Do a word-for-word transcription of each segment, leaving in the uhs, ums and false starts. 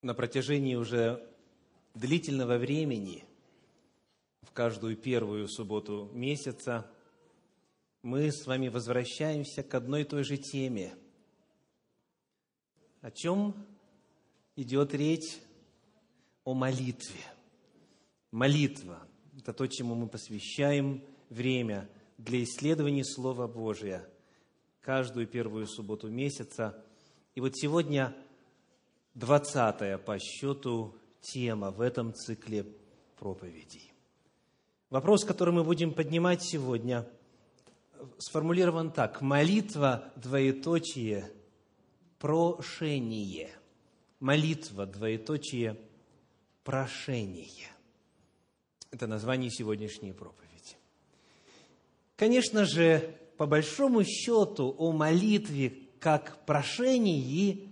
На протяжении уже длительного времени, в каждую первую субботу месяца, мы с вами возвращаемся к одной и той же теме. О чем идет речь? О молитве. Молитва – это то, чему мы посвящаем время для исследования Слова Божия каждую первую субботу месяца. И вот сегодня двадцатая по счету тема в этом цикле проповедей. Вопрос, который мы будем поднимать сегодня, сформулирован так: молитва, двоеточие, прошение. Молитва, двоеточие, прошение. Это название сегодняшней проповеди. Конечно же, по большому счету, о молитве как прошении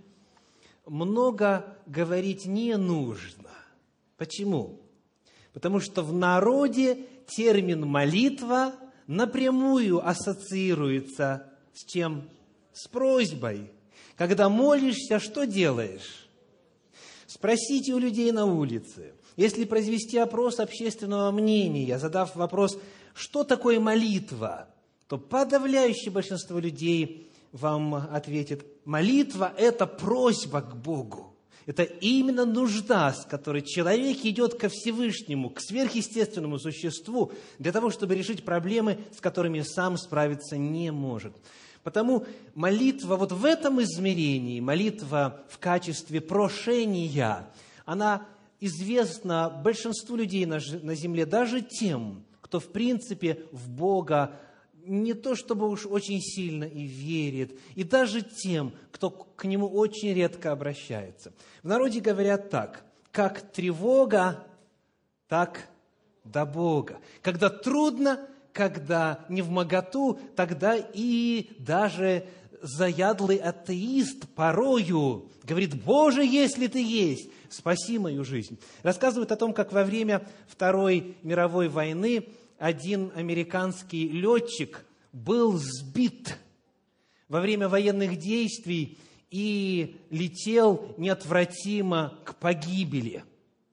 много говорить не нужно. Почему? Потому что в народе термин «молитва» напрямую ассоциируется с чем? С просьбой. Когда молишься, что делаешь? Спросите у людей на улице. Если произвести опрос общественного мнения, задав вопрос, что такое молитва, то подавляющее большинство людей вам ответит: молитва – это просьба к Богу. Это именно нужда, с которой человек идет ко Всевышнему, к сверхъестественному существу, для того, чтобы решить проблемы, с которыми сам справиться не может. Потому молитва вот в этом измерении, молитва в качестве прошения, она известна большинству людей на земле, даже тем, кто в принципе в Бога не то чтобы уж очень сильно и верит, и даже тем, кто к Нему очень редко обращается. В народе говорят так: как тревога, так до Бога. Когда трудно, когда невмоготу, тогда и даже заядлый атеист порою говорит: «Боже, если Ты есть, спаси мою жизнь». Рассказывают о том, как во время Второй мировой войны один американский летчик был сбит во время военных действий и летел неотвратимо к погибели.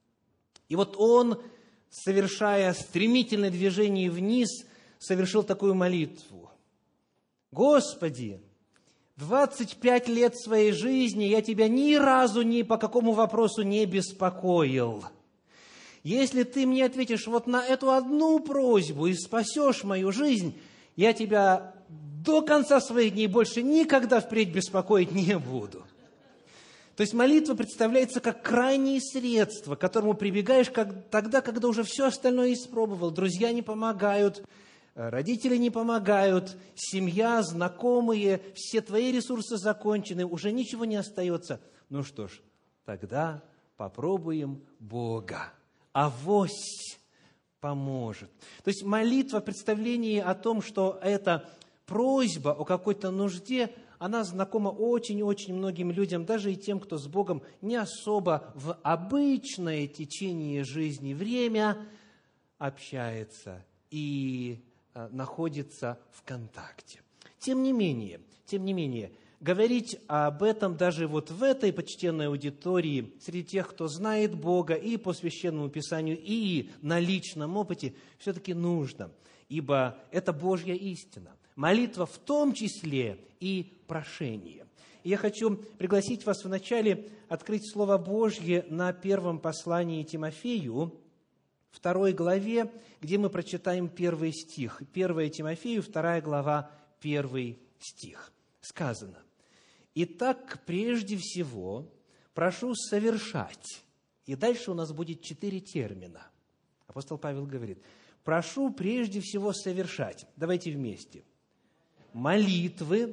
И вот он, совершая стремительное движение вниз, совершил такую молитву: «Господи, двадцать пять лет своей жизни я Тебя ни разу ни по какому вопросу не беспокоил. Если Ты мне ответишь вот на эту одну просьбу и спасешь мою жизнь, я Тебя до конца своих дней больше никогда впредь беспокоить не буду». То есть молитва представляется как крайнее средство, к которому прибегаешь как, тогда, когда уже все остальное испробовал. Друзья не помогают, родители не помогают, семья, знакомые, все твои ресурсы закончены, уже ничего не остается. Ну что ж, тогда попробуем Бога. Авось поможет. То есть молитва в представлении о том, что это просьба о какой-то нужде, она знакома очень-очень многим людям, даже и тем, кто с Богом не особо в обычное течение жизни время общается и э, находится в контакте. Тем не менее, тем не менее, говорить об этом даже вот в этой почтенной аудитории, среди тех, кто знает Бога и по Священному Писанию, и на личном опыте, все-таки нужно, ибо это Божья истина. Молитва в том числе и прошение. И я хочу пригласить вас вначале открыть Слово Божье на первом послании Тимофею, второй главе, где мы прочитаем первый стих. первое Тимофею, вторая глава, первый стих. Сказано: «Итак, прежде всего, прошу совершать». И дальше у нас будет четыре термина. Апостол Павел говорит: прошу прежде всего совершать. Давайте вместе. Молитвы,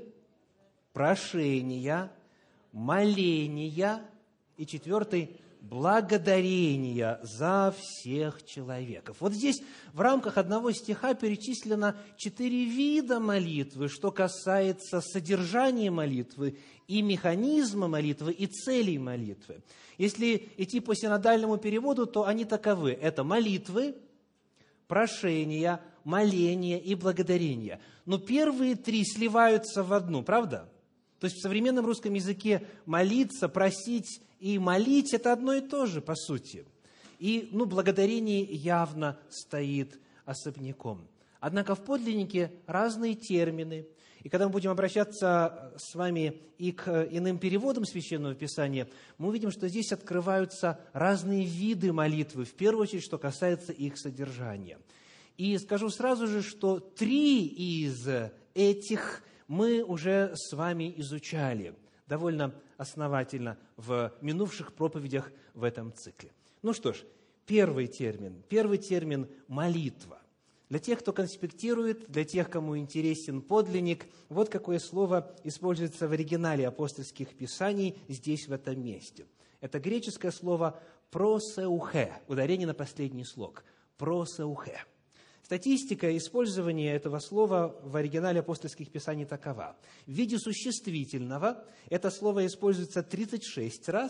прошения, моления и четвертый – благодарения за всех человеков. Вот здесь в рамках одного стиха перечислено четыре вида молитвы, что касается содержания молитвы и механизма молитвы, и целей молитвы. Если идти по синодальному переводу, то они таковы. Это молитвы, прошения, моления и благодарения. Но первые три сливаются в одну, правда? То есть в современном русском языке молиться, просить и молить – это одно и то же, по сути. И, ну, благодарение явно стоит особняком. Однако в подлиннике разные термины. И когда мы будем обращаться с вами и к иным переводам Священного Писания, мы увидим, что здесь открываются разные виды молитвы, в первую очередь, что касается их содержания. И скажу сразу же, что три из этих мы уже с вами изучали довольно основательно в минувших проповедях в этом цикле. Ну что ж, первый термин, первый термин – молитва. Для тех, кто конспектирует, для тех, кому интересен подлинник, вот какое слово используется в оригинале апостольских писаний здесь, в этом месте. Это греческое слово «просеухе», ударение на последний слог, «просеухе». Статистика использования этого слова в оригинале апостольских писаний такова. В виде существительного это слово используется тридцать шесть раз,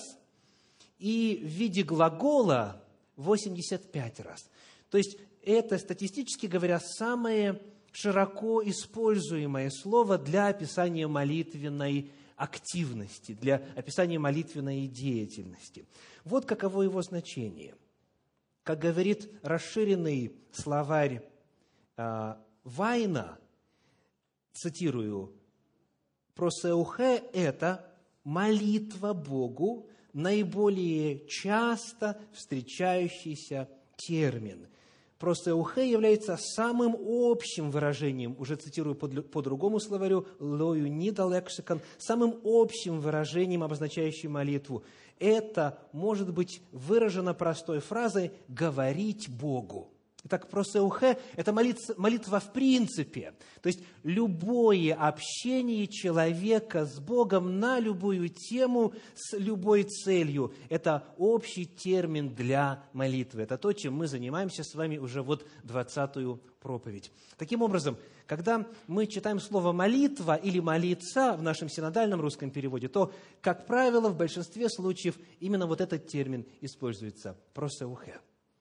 и в виде глагола восемьдесят пять раз. То есть это, статистически говоря, самое широко используемое слово для описания молитвенной активности, для описания молитвенной деятельности. Вот каково его значение. Как говорит расширенный словарь э, Вайна, цитирую, «Просеухе» – это молитва Богу, наиболее часто встречающийся термин. «Просеухе» является самым общим выражением, уже цитирую по, по другому словарю, «лоюнида лексикон», самым общим выражением, обозначающим молитву. Это может быть выражено простой фразой «говорить Богу». Итак, просеухе – это молитва, молитва в принципе, то есть любое общение человека с Богом на любую тему, с любой целью. Это общий термин для молитвы. Это то, чем мы занимаемся с вами уже вот двадцатую проповедь. Таким образом, когда мы читаем слово «молитва» или «молиться» в нашем синодальном русском переводе, то, как правило, в большинстве случаев именно вот этот термин используется – просеухе.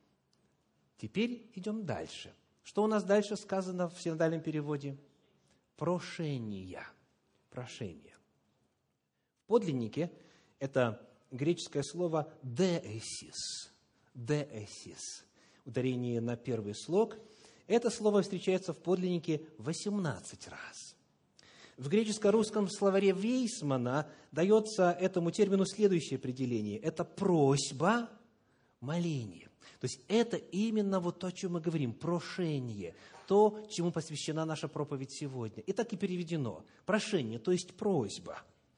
Теперь идем дальше. Что у нас дальше сказано в синодальном переводе? Прошения. Прошение. В подлиннике это греческое слово «деэсис». «Деэсис». Ударение на первый слог. Это слово встречается в подлиннике восемнадцать раз. В греческо-русском словаре Вейсмана дается этому термину следующее определение. Это просьба, моление. То есть это именно вот то, о чем мы говорим, прошение, то, чему посвящена наша проповедь сегодня. И так и переведено. Прошение, то есть просьба.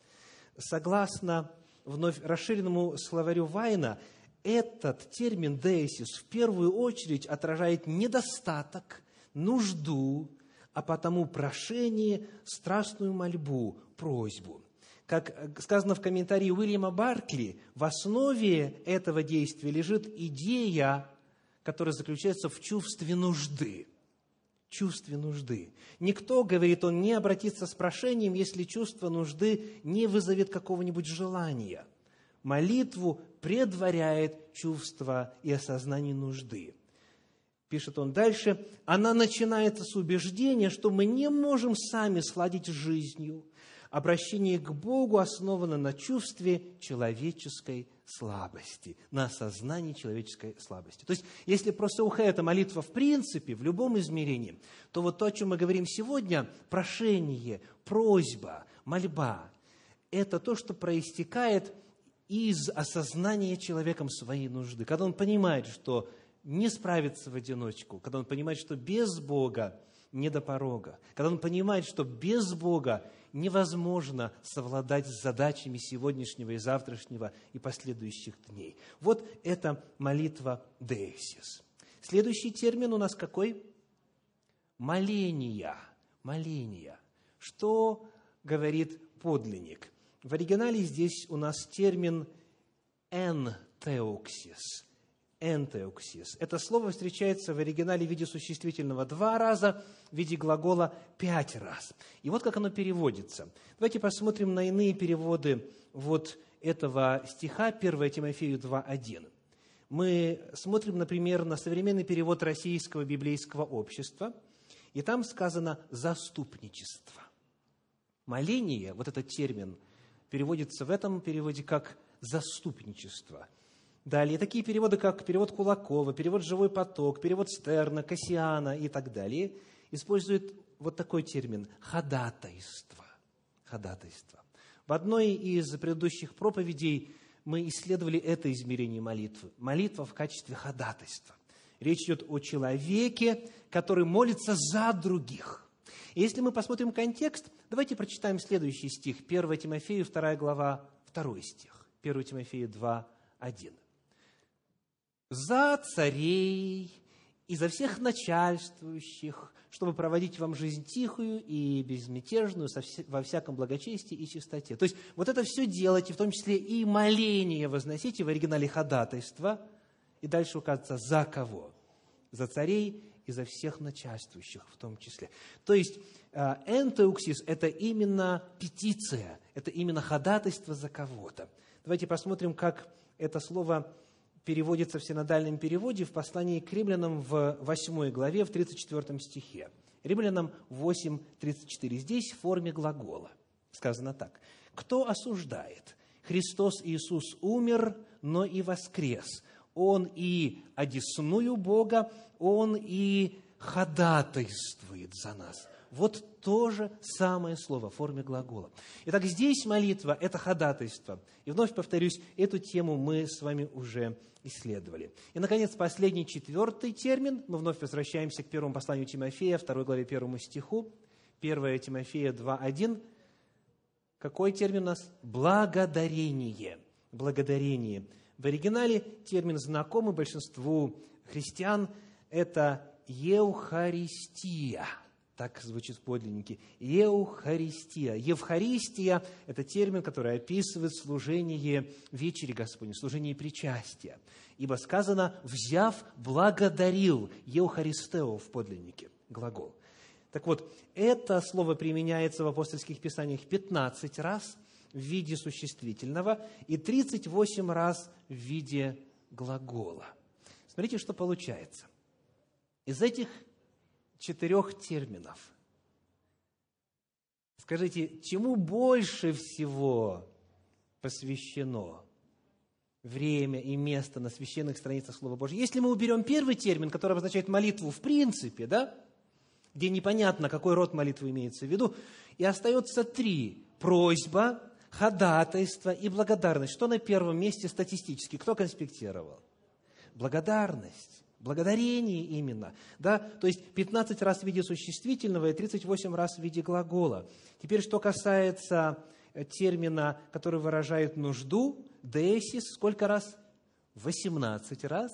Согласно вновь расширенному словарю Вайна, этот термин «деэсис» в первую очередь отражает недостаток, нужду, а потому прошение, страстную мольбу, просьбу. Как сказано в комментарии Уильяма Баркли, в основе этого действия лежит идея, которая заключается в чувстве нужды. Чувстве нужды. Никто, говорит он, не обратится с прошением, если чувство нужды не вызовет какого-нибудь желания. Молитву предваряет чувство и осознание нужды. Пишет он дальше, она начинается с убеждения, что мы не можем сами сладить с жизнью. Обращение к Богу основано на чувстве человеческой слабости, на осознании человеческой слабости. То есть, если просеухе – это молитва в принципе, в любом измерении, то вот то, о чем мы говорим сегодня, прошение, просьба, мольба – это то, что проистекает из осознания человеком своей нужды. Когда он понимает, что не справится в одиночку, когда он понимает, что без Бога не до порога, когда он понимает, что без Бога невозможно совладать с задачами сегодняшнего и завтрашнего и последующих дней. Вот это молитва «деэсис». Следующий термин у нас какой? Моления. Моления. Что говорит подлинник? В оригинале здесь у нас термин «энтеуксис». «Энтеуксис». Это слово встречается в оригинале в виде существительного два раза, в виде глагола пять раз. И вот как оно переводится. Давайте посмотрим на иные переводы вот этого стиха, первое Тимофею два один. Мы смотрим, например, на современный перевод Российского библейского общества, и там сказано «заступничество». Моление, вот этот термин, переводится в этом переводе как заступничество. Далее, такие переводы, как перевод Кулакова, перевод «Живой поток», перевод Стерна, Кассиана и так далее, используют вот такой термин – ходатайство. Ходатайство. В одной из предыдущих проповедей мы исследовали это измерение молитвы. Молитва в качестве ходатайства. Речь идет о человеке, который молится за других. И если мы посмотрим контекст, давайте прочитаем следующий стих. первое Тимофею, вторая глава, второй стих. первое Тимофею два, один. «За царей и за всех начальствующих, чтобы проводить вам жизнь тихую и безмятежную во всяком благочестии и чистоте». То есть, вот это все делайте, в том числе и моление возносите, в оригинале ходатайство, и дальше указывается «за кого?» За царей и за всех начальствующих в том числе. То есть, энтеуксис – это именно петиция, это именно ходатайство за кого-то. Давайте посмотрим, как это слово переводится в синодальном переводе в послании к римлянам в восьмой главе, в тридцать четвёртом стихе. Римлянам восемь, тридцать четыре. Здесь в форме глагола. Сказано так. «Кто осуждает? Христос Иисус умер, но и воскрес. Он и одесную Бога, Он и ходатайствует за нас». Вот то же самое слово в форме глагола. Итак, здесь молитва – это ходатайство. И вновь повторюсь, эту тему мы с вами уже исследовали. И, наконец, последний, четвертый термин. Мы вновь возвращаемся к первому посланию Тимофея, второй главе, первому стиху. первое Тимофея два, один. Какой термин у нас? Благодарение. Благодарение. В оригинале термин знакомый большинству христиан – это Евхаристия. Так звучит в подлиннике. Евхаристия. Евхаристия – это термин, который описывает служение вечери Господней, служение причастия. Ибо сказано «взяв, благодарил». Евхаристео в подлиннике, глагол. Так вот, это слово применяется в апостольских писаниях пятнадцать раз в виде существительного и тридцать восемь раз в виде глагола. Смотрите, что получается. Из этих четырех терминов, скажите, чему больше всего посвящено время и место на священных страницах Слова Божьего? Если мы уберем первый термин, который обозначает молитву в принципе, да, где непонятно, какой род молитвы имеется в виду, и остается три – просьба, ходатайство и благодарность. Что на первом месте статистически? Кто конспектировал? Благодарность. Благодарение именно. Да? То есть пятнадцать раз в виде существительного и тридцать восемь раз в виде глагола. Теперь, что касается термина, который выражает нужду, деесис, сколько раз? восемнадцать раз.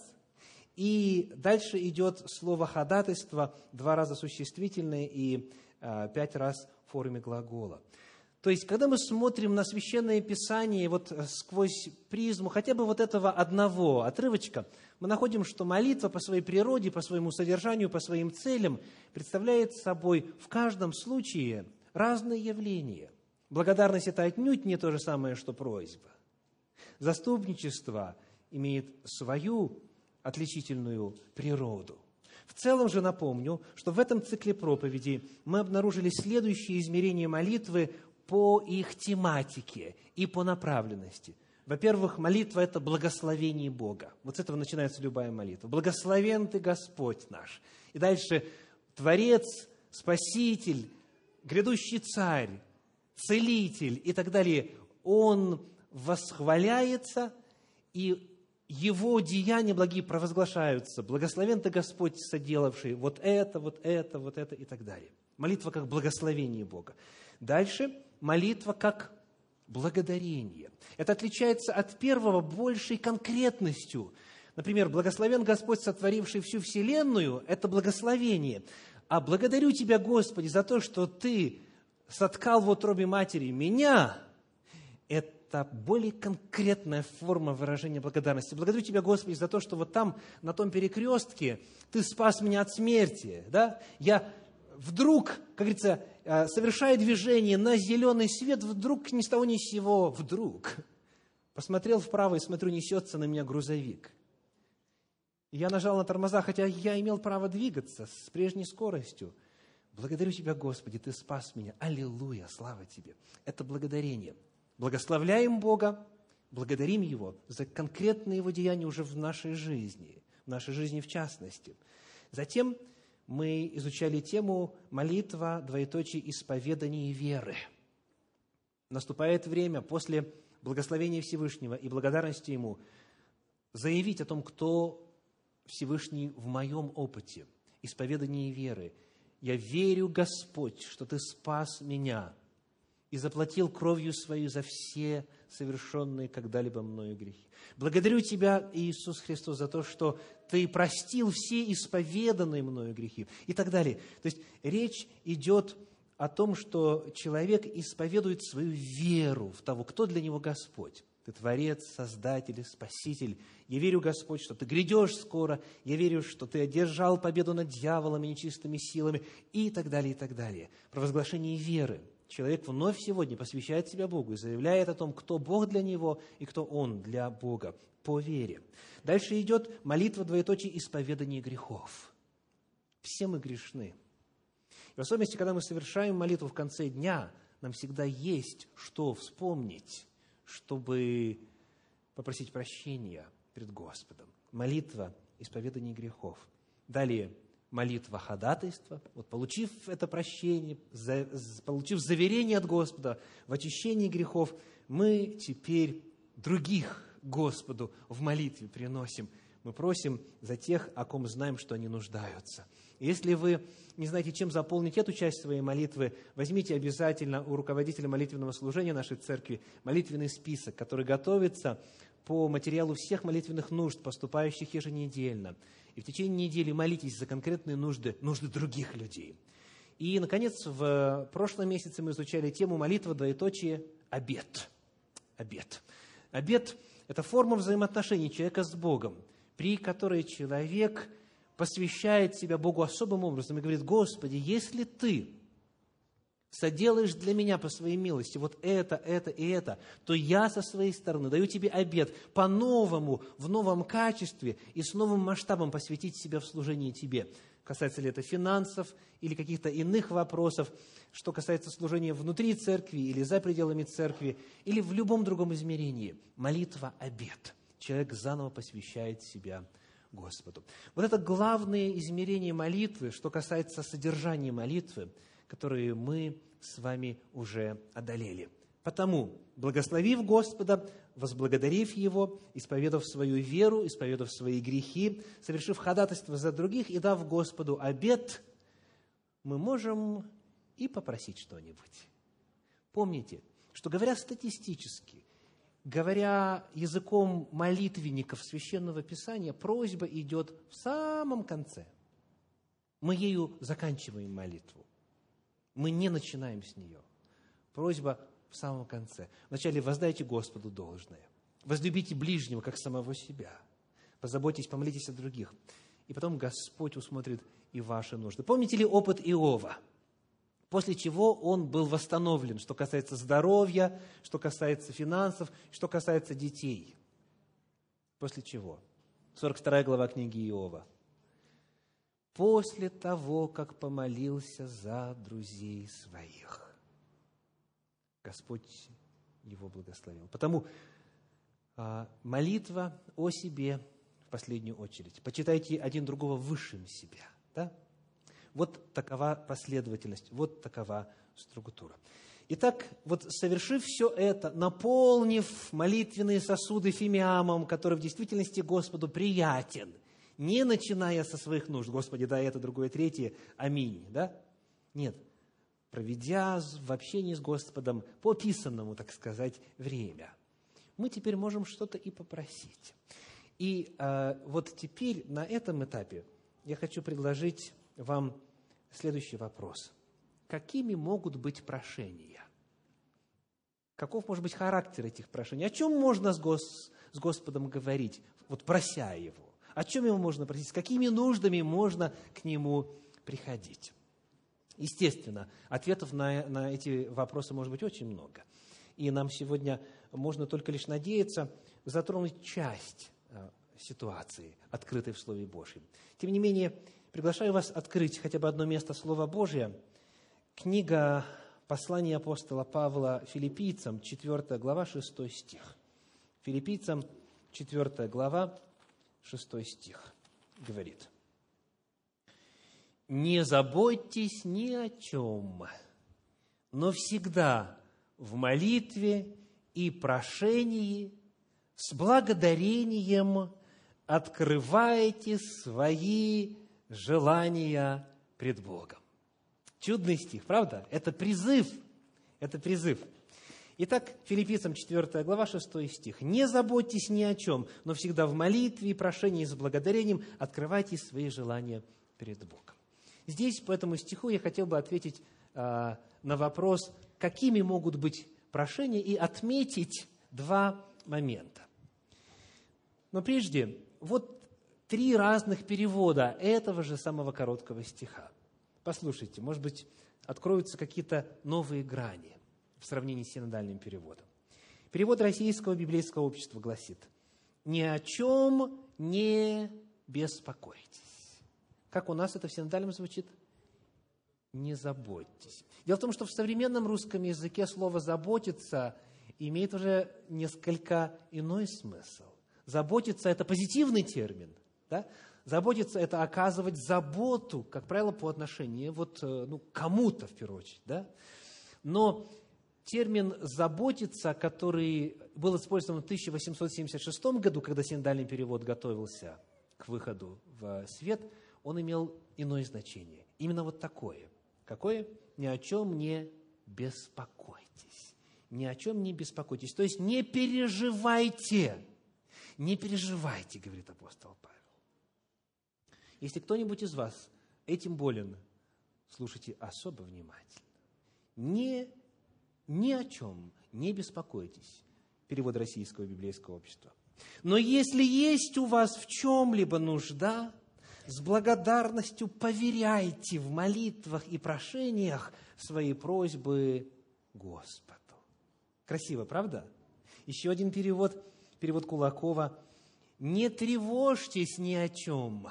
И дальше идет слово ходатайство, два раза существительное и а, пять раз в форме глагола. То есть, когда мы смотрим на Священное Писание вот сквозь призму хотя бы вот этого одного отрывочка, мы находим, что молитва по своей природе, по своему содержанию, по своим целям представляет собой в каждом случае разные явления. Благодарность – это отнюдь не то же самое, что просьба. Заступничество имеет свою отличительную природу. В целом же напомню, что в этом цикле проповедей мы обнаружили следующие измерения молитвы по их тематике и по направленности. Во-первых, молитва – это благословение Бога. Вот с этого начинается любая молитва. «Благословен Ты, Господь наш». И дальше Творец, Спаситель, грядущий Царь, Целитель и так далее. Он восхваляется, и Его деяния благие провозглашаются. «Благословен Ты, Господь, соделавший вот это, вот это, вот это» и так далее. Молитва как благословение Бога. Дальше молитва как благодарение. Это отличается от первого большей конкретностью. Например, «Благословен Господь, сотворивший всю вселенную» – это благословение. А «благодарю Тебя, Господи, за то, что Ты соткал в утробе матери меня» – это более конкретная форма выражения благодарности. «Благодарю Тебя, Господи, за то, что вот там, на том перекрестке, Ты спас меня от смерти». Да? Я вдруг, как говорится, совершая движение на зеленый свет, вдруг ни с того ни с сего, вдруг посмотрел вправо и смотрю, несется на меня грузовик. Я нажал на тормоза, хотя я имел право двигаться с прежней скоростью. Благодарю Тебя, Господи, Ты спас меня. Аллилуйя, слава Тебе. Это благодарение. Благословляем Бога, благодарим Его за конкретные Его деяния уже в нашей жизни, в нашей жизни в частности. Затем мы изучали тему молитва, двоеточие, исповедание веры. Наступает время после благословения Всевышнего и благодарности Ему заявить о том, кто Всевышний в моем опыте, исповедание веры. Я верю, Господь, что Ты спас меня и заплатил кровью Свою за все совершенные когда-либо мною грехи. Благодарю Тебя, Иисус Христос, за то, что Ты простил все исповеданные мною грехи и так далее. То есть речь идет о том, что человек исповедует свою веру в того, кто для него Господь. Ты Творец, Создатель, Спаситель. Я верю, Господь, что Ты грядешь скоро. Я верю, что Ты одержал победу над дьяволом и нечистыми силами и так далее, и так далее. Провозглашение веры. Человек вновь сегодня посвящает себя Богу и заявляет о том, кто Бог для него и кто Он для Бога по вере. Дальше идет молитва, двоеточие, исповедание грехов. Все мы грешны. И в особенности, когда мы совершаем молитву в конце дня, нам всегда есть что вспомнить, чтобы попросить прощения перед Господом. Молитва, исповедание грехов. Далее молитва ходатайства. Вот получив это прощение, за, получив заверение от Господа в очищении грехов, мы теперь других Господу в молитве приносим. Мы просим за тех, о ком знаем, что они нуждаются. Если вы не знаете, чем заполнить эту часть своей молитвы, возьмите обязательно у руководителя молитвенного служения нашей церкви молитвенный список, который готовится по материалу всех молитвенных нужд, поступающих еженедельно. И в течение недели молитесь за конкретные нужды, нужды других людей. И, наконец, в прошлом месяце мы изучали тему молитва, двоеточие, обет. Обет. Обет – это форма взаимоотношений человека с Богом, при которой человек посвящает себя Богу особым образом и говорит: «Господи, если Ты соделаешь для меня по своей милости вот это, это и это, то я со своей стороны даю Тебе обет по-новому, в новом качестве и с новым масштабом посвятить себя в служении Тебе». Касается ли это финансов или каких-то иных вопросов, что касается служения внутри церкви или за пределами церкви, или в любом другом измерении. Молитва – обет. Человек заново посвящает себя Господу. Вот это главное измерение молитвы, что касается содержания молитвы, которые мы с вами уже одолели. Потому, благословив Господа, возблагодарив Его, исповедав свою веру, исповедав свои грехи, совершив ходатайство за других и дав Господу обет, мы можем и попросить что-нибудь. Помните, что, говоря статистически, говоря языком молитвенников Священного Писания, просьба идет в самом конце. Мы ею заканчиваем молитву. Мы не начинаем с нее. Просьба в самом конце. Вначале воздайте Господу должное. Возлюбите ближнего, как самого себя. Позаботьтесь, помолитесь о других. И потом Господь усмотрит и ваши нужды. Помните ли опыт Иова? После чего он был восстановлен, что касается здоровья, что касается финансов, что касается детей. После чего? сорок вторая глава книги Иова. После того, как помолился за друзей своих, Господь его благословил. Потому а, молитва о себе в последнюю очередь. Почитайте один другого высшим себя. Да? Вот такова последовательность, вот такова структура. Итак, вот совершив все это, наполнив молитвенные сосуды фимиамом, который в действительности Господу приятен, не начиная со своих нужд, Господи, дай это, другое, третье, аминь, да? Нет, проведя в общении с Господом по писанному, так сказать, время, мы теперь можем что-то и попросить. И э, вот теперь на этом этапе я хочу предложить вам следующий вопрос. Какими могут быть прошения? Каков может быть характер этих прошений? О чем можно с, Гос, с Господом говорить, вот прося Его? О чем Ему можно просить? С какими нуждами можно к Нему приходить? Естественно, ответов на, на эти вопросы может быть очень много. И нам сегодня можно только лишь надеяться затронуть часть э, ситуации, открытой в Слове Божьем. Тем не менее, приглашаю вас открыть хотя бы одно место Слова Божия. Книга послания апостола Павла филиппийцам, четвёртая глава, шестой стих. Филиппийцам четвёртая глава, шестой стих говорит: «Не заботьтесь ни о чем, но всегда в молитве и прошении с благодарением открывайте свои желания пред Богом». Чудный стих, правда? Это призыв. Это призыв. Итак, Филиппийцам четвёртая глава, шестой стих. «Не заботьтесь ни о чем, но всегда в молитве и прошении с благодарением открывайте свои желания перед Богом». Здесь, по этому стиху, я хотел бы ответить э, на вопрос, какими могут быть прошения, и отметить два момента. Но прежде, вот три разных перевода этого же самого короткого стиха. Послушайте, может быть, откроются какие-то новые грани в сравнении с синодальным переводом. Перевод Российского библейского общества гласит: «Ни о чем не беспокойтесь». Как у нас это в синодальном звучит? «Не заботьтесь». Дело в том, что в современном русском языке слово «заботиться» имеет уже несколько иной смысл. Заботиться – это позитивный термин. Да? Заботиться – это оказывать заботу, как правило, по отношению вот, ну, к кому-то, в первую очередь. Да? Но термин «заботиться», который был использован в тысяча восемьсот семьдесят шестом году, когда синодальный перевод готовился к выходу в свет, он имел иное значение. Именно вот такое. Какое? «Ни о чем не беспокойтесь». Ни о чем не беспокойтесь. То есть не переживайте. Не переживайте, говорит апостол Павел. Если кто-нибудь из вас этим болен, слушайте особо внимательно. Не, ни о чем не беспокойтесь. Перевод Российского библейского общества. Но если есть у вас в чем-либо нужда, с благодарностью поверяйте в молитвах и прошениях свои просьбы Господу. Красиво, правда? Еще один перевод, перевод Кулакова. «Не тревожьтесь ни о чем,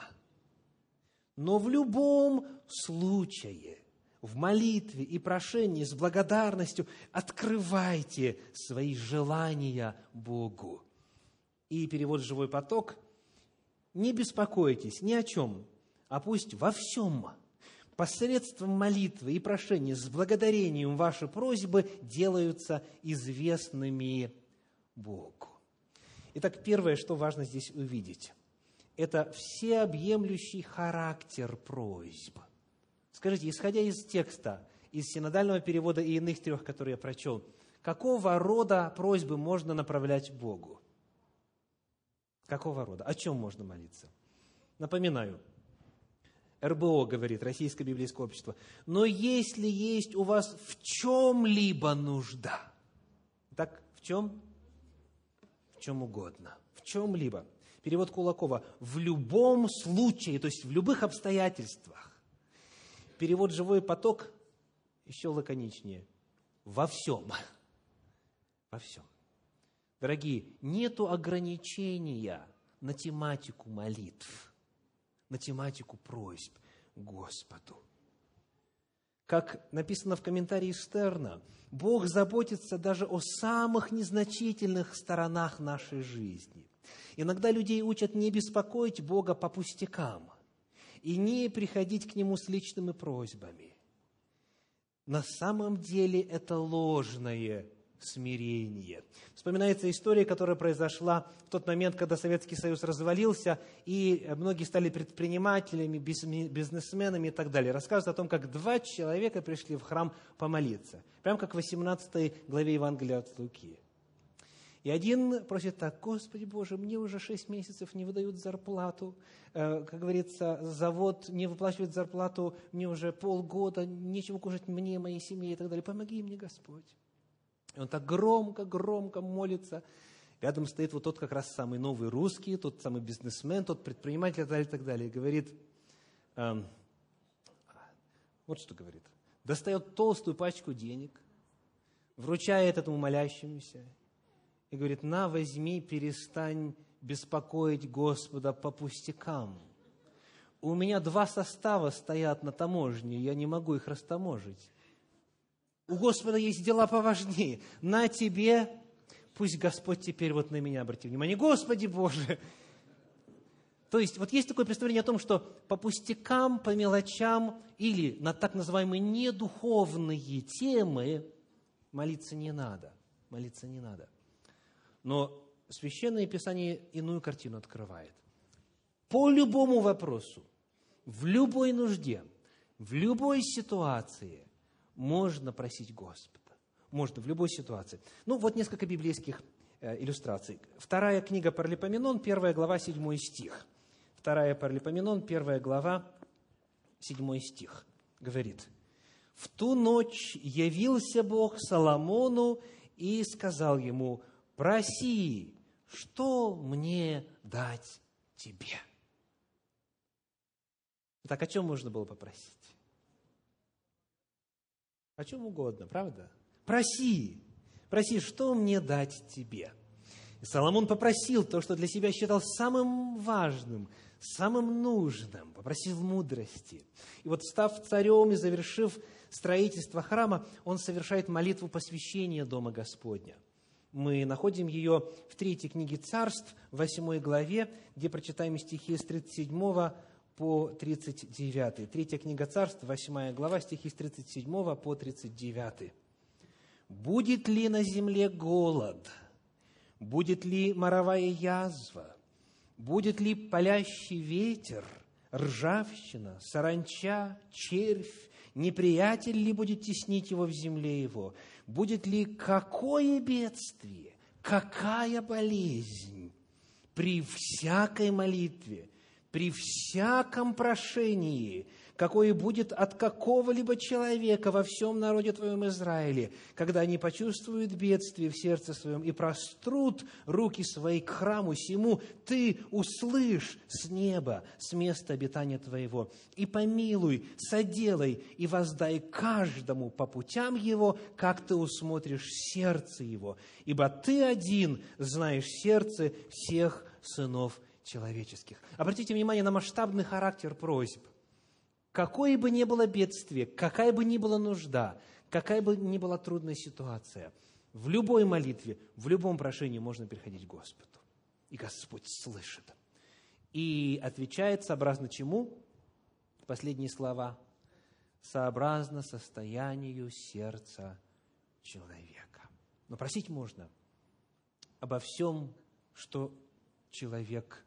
но в любом случае, в молитве и прошении с благодарностью открывайте свои желания Богу». И перевод «Живой поток». «Не беспокойтесь ни о чем, а пусть во всем, посредством молитвы и прошения с благодарением ваши просьбы делаются известными Богу». Итак, первое, что важно здесь увидеть, это всеобъемлющий характер просьб. Скажите, исходя из текста, из синодального перевода и иных трех, которые я прочел, какого рода просьбы можно направлять Богу? Какого рода? О чем можно молиться? Напоминаю, эр бэ о говорит, Российское библейское общество, но если есть у вас в чем-либо нужда, так в чем? В чем угодно, в чем-либо. Перевод Кулакова, в любом случае, то есть в любых обстоятельствах. Перевод «Живой поток» еще лаконичнее, во всем. Во всем. Дорогие, нету ограничения на тематику молитв, на тематику просьб Господу. Как написано в комментарии Стерна, Бог заботится даже о самых незначительных сторонах нашей жизни. Иногда людей учат не беспокоить Бога по пустякам и не приходить к Нему с личными просьбами. На самом деле это ложное смирение. Вспоминается история, которая произошла в тот момент, когда Советский Союз развалился, и многие стали предпринимателями, бизнесменами и так далее. Рассказывают о том, как два человека пришли в храм помолиться. Прямо как в восемнадцатой главе Евангелия от Луки. И один просит так: «Господи Боже, мне уже шесть месяцев не выдают зарплату, э, как говорится, завод не выплачивает зарплату, мне уже полгода, нечего кушать мне, моей семье и так далее. Помоги мне, Господь». И он так громко-громко молится. Рядом стоит вот тот как раз самый новый русский, тот самый бизнесмен, тот предприниматель и так далее, и так далее. И говорит, эм, вот что говорит. Достает толстую пачку денег, вручает этому молящемуся и говорит: «На, возьми, перестань беспокоить Господа по пустякам. У меня два состава стоят на таможне, я не могу их растаможить. У Господа есть дела поважнее. На тебе, пусть Господь теперь вот на меня обратит внимание. Господи Боже! То есть, вот есть такое представление о том, что по пустякам, по мелочам или на так называемые недуховные темы молиться не надо. Молиться не надо. Но Священное Писание иную картину открывает. По любому вопросу, в любой нужде, в любой ситуации можно просить Господа. Можно в любой ситуации. Ну, вот несколько библейских э, иллюстраций. Вторая книга Паралипоменон, первая глава, седьмой стих. Вторая Паралипоменон, первая глава, седьмой стих. Говорит: «В ту ночь явился Бог Соломону и сказал ему: проси, что мне дать тебе?» Так о чем можно было попросить? О чем угодно, правда? Проси, проси, что мне дать тебе? И Соломон попросил то, что для себя считал самым важным, самым нужным, попросил мудрости. И вот, став царем и завершив строительство храма, он совершает молитву посвящения Дома Господня. Мы находим ее в третьей книге Царств, в восьмой главе, где прочитаем стихи с тридцать седьмого по тридцать девятый. Третья книга Царств, восьмая глава, стихи с тридцать седьмого по тридцать девятый. «Будет ли на земле голод? Будет ли моровая язва? Будет ли палящий ветер, ржавчина, саранча, червь? Неприятель ли будет теснить его в земле его? Будет ли какое бедствие, какая болезнь? При всякой молитве, при всяком прошении, какое будет от какого-либо человека во всем народе твоем Израиле, когда они почувствуют бедствие в сердце своем и прострут руки свои к храму сему, ты услышь с неба, с места обитания твоего, и помилуй, соделай и воздай каждому по путям его, как ты усмотришь сердце его, ибо ты один знаешь сердце всех сынов человеческих». Обратите внимание на масштабный характер просьб. Какое бы ни было бедствие, какая бы ни была нужда, какая бы ни была трудная ситуация, в любой молитве, в любом прошении можно переходить к Господу. И Господь слышит. И отвечает сообразно чему? Последние слова. Сообразно состоянию сердца человека. Но просить можно обо всем, что человек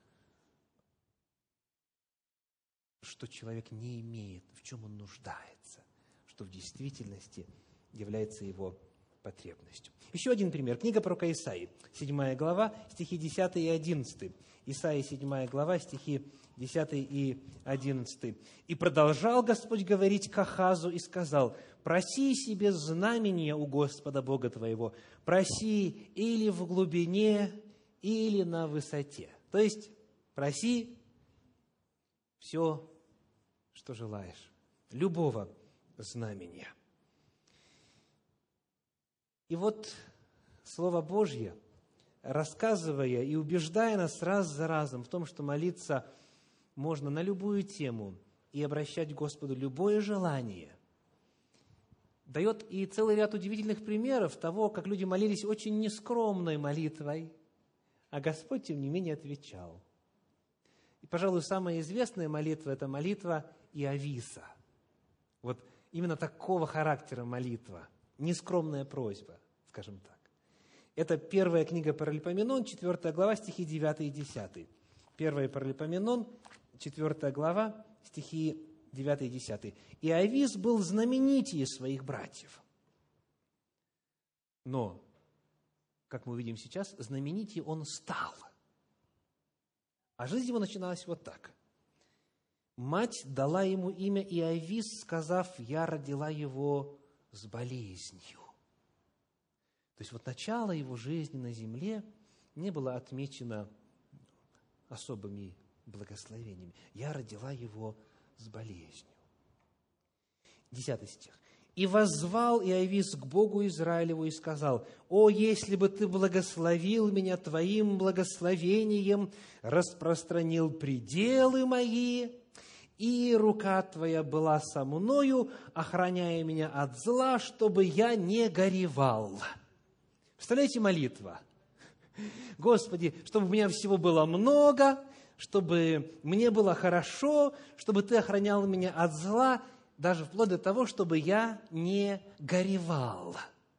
что человек не имеет, в чем он нуждается, что в действительности является его потребностью. Еще один пример. Книга пророка Исаии, седьмая глава, стихи десятый и одиннадцатый. Исаии, седьмая глава, стихи десятый и одиннадцатый. «И продолжал Господь говорить к Ахазу и сказал: проси себе знамения у Господа Бога твоего, проси или в глубине, или на высоте». То есть, проси все, что желаешь, любого знамения. И вот Слово Божье, рассказывая и убеждая нас раз за разом в том, что молиться можно на любую тему и обращать к Господу любое желание, дает и целый ряд удивительных примеров того, как люди молились очень нескромной молитвой, а Господь, тем не менее, отвечал. И, пожалуй, самая известная молитва – это молитва Иовиса. Вот именно такого характера молитва, нескромная просьба, скажем так. Это первая книга Паралипоменон, четвертая глава, стихи девятый и десятый. Первая Паралипоменон, четвертая глава, стихи девятый и десятый. «Иовис был знаменитее своих братьев». Но, как мы увидим сейчас, знаменитее он стал. А жизнь его начиналась вот так. Мать дала ему имя Иовис, сказав: «Я родила его с болезнью». То есть вот начало его жизни на земле не было отмечено особыми благословениями. «Я родила его с болезнью». Десятый стих. «И воззвал Иовис к Богу Израилеву и сказал: «О, если бы ты благословил меня твоим благословением, распространил пределы мои, и рука твоя была со мною, охраняя меня от зла, чтобы я не горевал». Представляете, молитва? Господи, чтобы у меня всего было много, чтобы мне было хорошо, чтобы Ты охранял меня от зла, даже вплоть до того, чтобы я не горевал.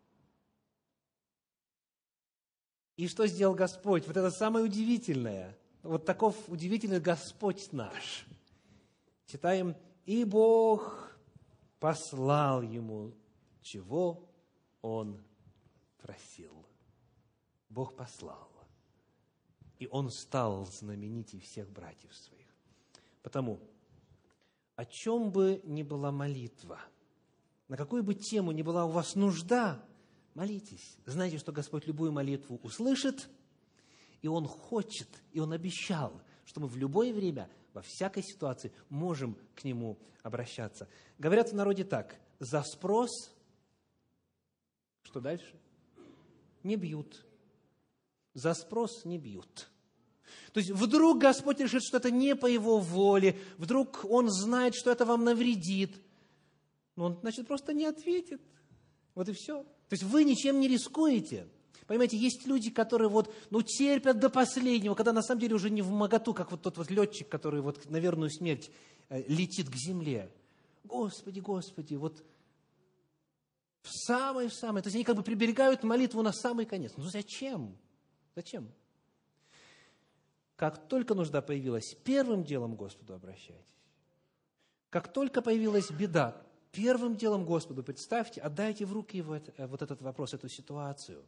И что сделал Господь? Вот это самое удивительное. Вот таков удивительный Господь наш. Читаем, «И Бог послал ему, чего он просил». Бог послал. И он стал знаменитей всех братьев своих. Потому, о чем бы ни была молитва, на какую бы тему ни была у вас нужда, молитесь. Знайте, что Господь любую молитву услышит, и Он хочет, и Он обещал, что мы в любое время, во всякой ситуации можем к Нему обращаться. Говорят в народе так: за спрос, что дальше? Не бьют. За спрос не бьют. То есть вдруг Господь решит, что это не по Его воле, вдруг Он знает, что это вам навредит, но Он, значит, просто не ответит. Вот и все. То есть вы ничем не рискуете. Понимаете, есть люди, которые вот, ну, терпят до последнего, когда на самом деле уже не вмоготу, как вот тот вот летчик, который вот на верную смерть э, летит к земле. Господи, Господи, вот в самое, в самое. То есть они как бы приберегают молитву на самый конец. Ну зачем? Зачем? Как только нужда появилась, первым делом к Господу обращайтесь. Как только появилась беда, первым делом Господу представьте, отдайте в руки его это, вот этот вопрос, эту ситуацию.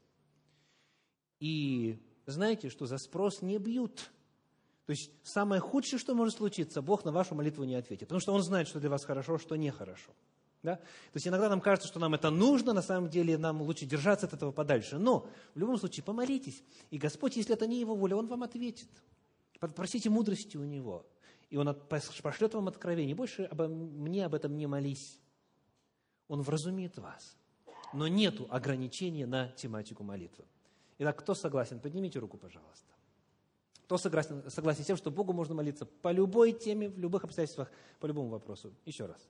И знаете, что за спрос не бьют. То есть самое худшее, что может случиться, Бог на вашу молитву не ответит. Потому что Он знает, что для вас хорошо, что нехорошо. Да? То есть иногда нам кажется, что нам это нужно, на самом деле нам лучше держаться от этого подальше. Но в любом случае помолитесь, и Господь, если это не Его воля, Он вам ответит. Попросите мудрости у Него, и Он пошлет вам откровение. Больше обо мне об этом не молись. Он вразумит вас. Но нету ограничения на тематику молитвы. Итак, кто согласен? Поднимите руку, пожалуйста. Кто согласен, согласен с тем, что Богу можно молиться по любой теме, в любых обстоятельствах, по любому вопросу? Еще раз.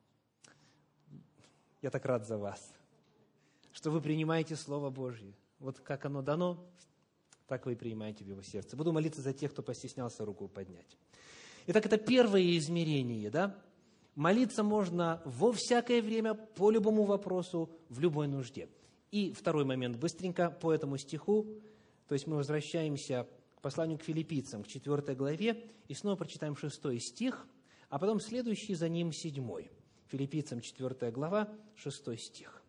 Я так рад за вас, что вы принимаете Слово Божье. Вот как оно дано, так вы и принимаете в его сердце. Буду молиться за тех, кто постеснялся руку поднять. Итак, это первое измерение, да? Молиться можно во всякое время, по любому вопросу, в любой нужде. И второй момент, быстренько по этому стиху, то есть мы возвращаемся к посланию к филиппийцам, к четвёртой главе, и снова прочитаем шестой стих, а потом следующий за ним седьмой. Филиппийцам четвёртая глава, шестой стих.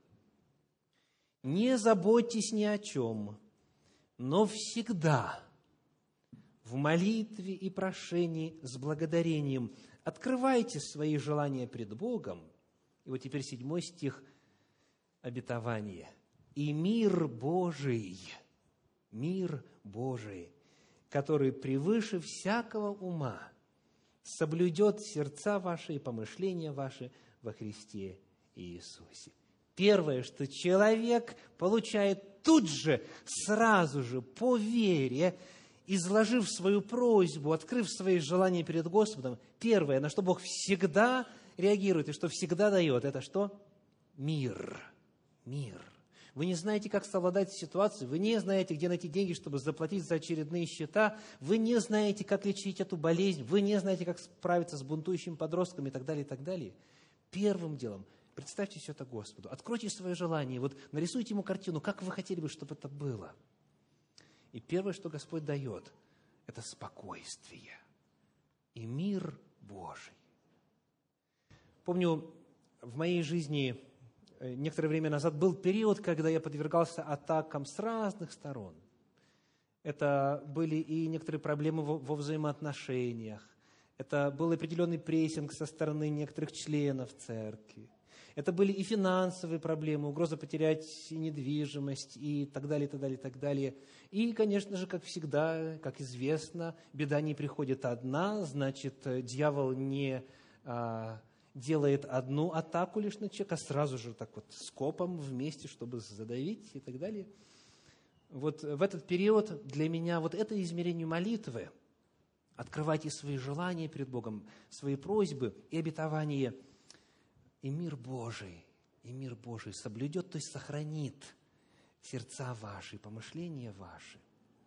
«Не заботьтесь ни о чем, но всегда в молитве и прошении с благодарением открывайте свои желания пред Богом». И вот теперь седьмой стих, обетование. «И мир Божий, мир Божий, который превыше всякого ума, соблюдет сердца ваши и помышления ваши во Христе Иисусе». Первое, что человек получает тут же, сразу же, по вере, изложив свою просьбу, открыв свои желания перед Господом, первое, на что Бог всегда реагирует и что всегда дает, это что? Мир. Мир. Вы не знаете, как совладать с ситуацией, вы не знаете, где найти деньги, чтобы заплатить за очередные счета, вы не знаете, как лечить эту болезнь, вы не знаете, как справиться с бунтующим подростком и так далее, и так далее. Первым делом представьте все это Господу, откройте свое желание, вот нарисуйте Ему картину, как вы хотели бы, чтобы это было. И первое, что Господь дает, это спокойствие и мир Божий. Помню, в моей жизни некоторое время назад был период, когда я подвергался атакам с разных сторон. Это были и некоторые проблемы во взаимоотношениях, это был определенный прессинг со стороны некоторых членов церкви, это были и финансовые проблемы, угроза потерять недвижимость и так далее, и так далее, и так далее. И, конечно же, как всегда, как известно, беда не приходит одна, значит, дьявол не а, делает одну атаку лишь на человека, а сразу же так вот скопом вместе, чтобы задавить и так далее. Вот в этот период для меня вот это измерение молитвы, открывайте свои желания перед Богом, свои просьбы и обетования, и мир Божий, и мир Божий соблюдет, то есть сохранит сердца ваши, помышления ваши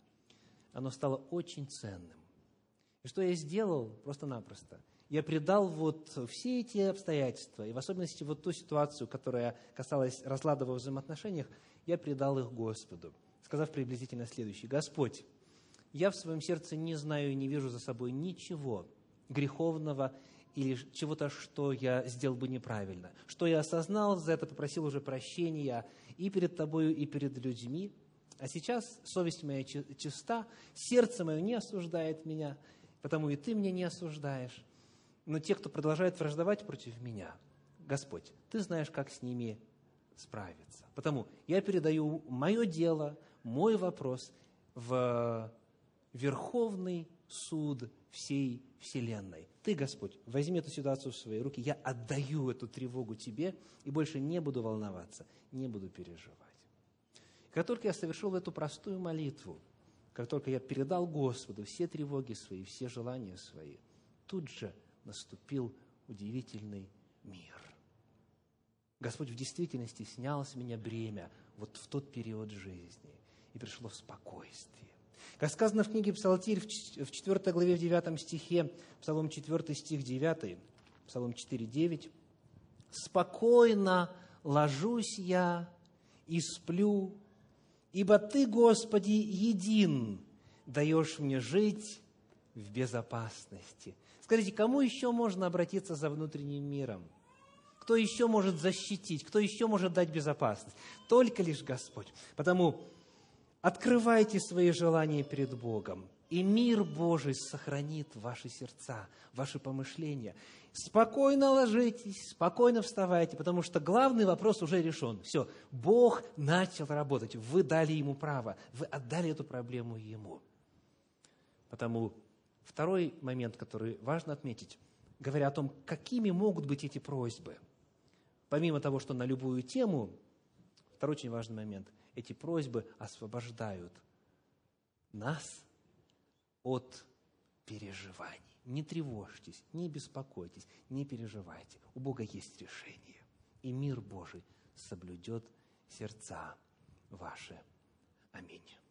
оно стало очень ценным. И что я сделал? Просто-напросто. Я придал вот все эти обстоятельства, и в особенности вот ту ситуацию, которая касалась разлада во взаимоотношениях, я придал их Господу, сказав приблизительно следующее. Господь, я в своем сердце не знаю и не вижу за собой ничего греховного или чего-то, что я сделал бы неправильно, что я осознал, за это попросил уже прощения и перед Тобою, и перед людьми. А сейчас совесть моя чиста, сердце мое не осуждает меня, потому и Ты меня не осуждаешь. Но те, кто продолжает враждовать против меня, Господь, Ты знаешь, как с ними справиться. Потому я передаю мое дело, мой вопрос в Верховный суд всей вселенной. Ты, Господь, возьми эту ситуацию в свои руки, я отдаю эту тревогу Тебе и больше не буду волноваться, не буду переживать. Как только я совершил эту простую молитву, как только я передал Господу все тревоги свои, все желания свои, тут же наступил удивительный мир. Господь в действительности снял с меня бремя вот в тот период жизни, и пришло спокойствие. Как сказано в книге Псалтирь в четвёртой главе, в девятом стихе, Псалом четвёртый, стих девятый, Псалом четыре, девять, «Спокойно ложусь я и сплю, ибо Ты, Господи, един, даешь мне жить в безопасности». Скажите, кому еще можно обратиться за внутренним миром? Кто еще может защитить? Кто еще может дать безопасность? Только лишь Господь. Потому открывайте свои желания перед Богом, и мир Божий сохранит ваши сердца, ваши помышления. Спокойно ложитесь, спокойно вставайте, потому что главный вопрос уже решен. Все, Бог начал работать, вы дали Ему право, вы отдали эту проблему Ему. Потому второй момент, который важно отметить, говоря о том, какими могут быть эти просьбы. Помимо того, что на любую тему, второй очень важный момент, эти просьбы освобождают нас от переживаний. Не тревожьтесь, не беспокойтесь, не переживайте. У Бога есть решение, и мир Божий соблюдет сердца ваши. Аминь.